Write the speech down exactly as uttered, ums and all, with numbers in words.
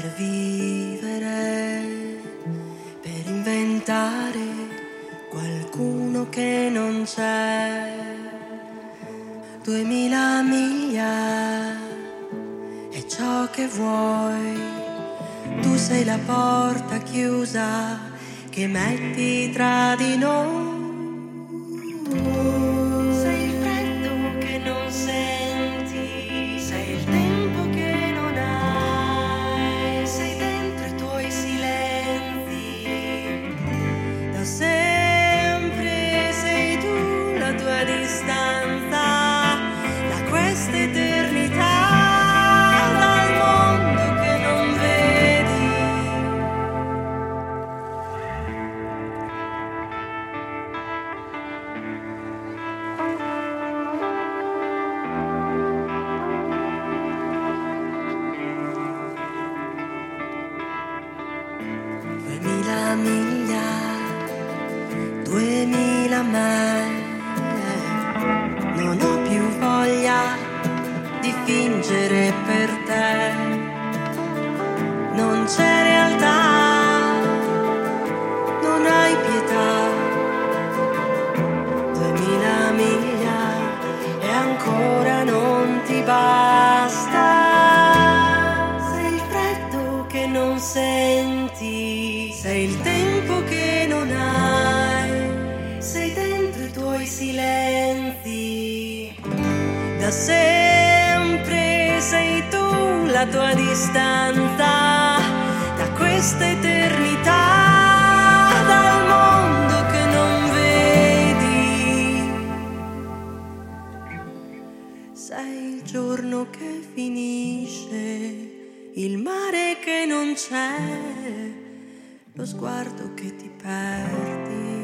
per vivere, per inventare qualcuno che non c'è. Duemila miglia è ciò che vuoi, tu sei la porta chiusa che metti tra di noi. Sei il freddo che non senti, sei il tempo che non hai, sei dentro i tuoi silenzi. Da sempre sei tu la tua distanza, da questa eternità, dal mondo che non vedi. Duemila miglia, duemila me, non ho più voglia di fingere per te, non c'è realtà, non hai pietà. Duemila miglia e ancora non ti basta. Sei il freddo che non senti, sei il tempo che non hai, sei dentro i tuoi silenzi. Da sempre sei tu la tua distanza, da questa eternità, dal mondo che non vedi. Sei il giorno che finisce, il mare che non c'è, lo sguardo che ti perdi.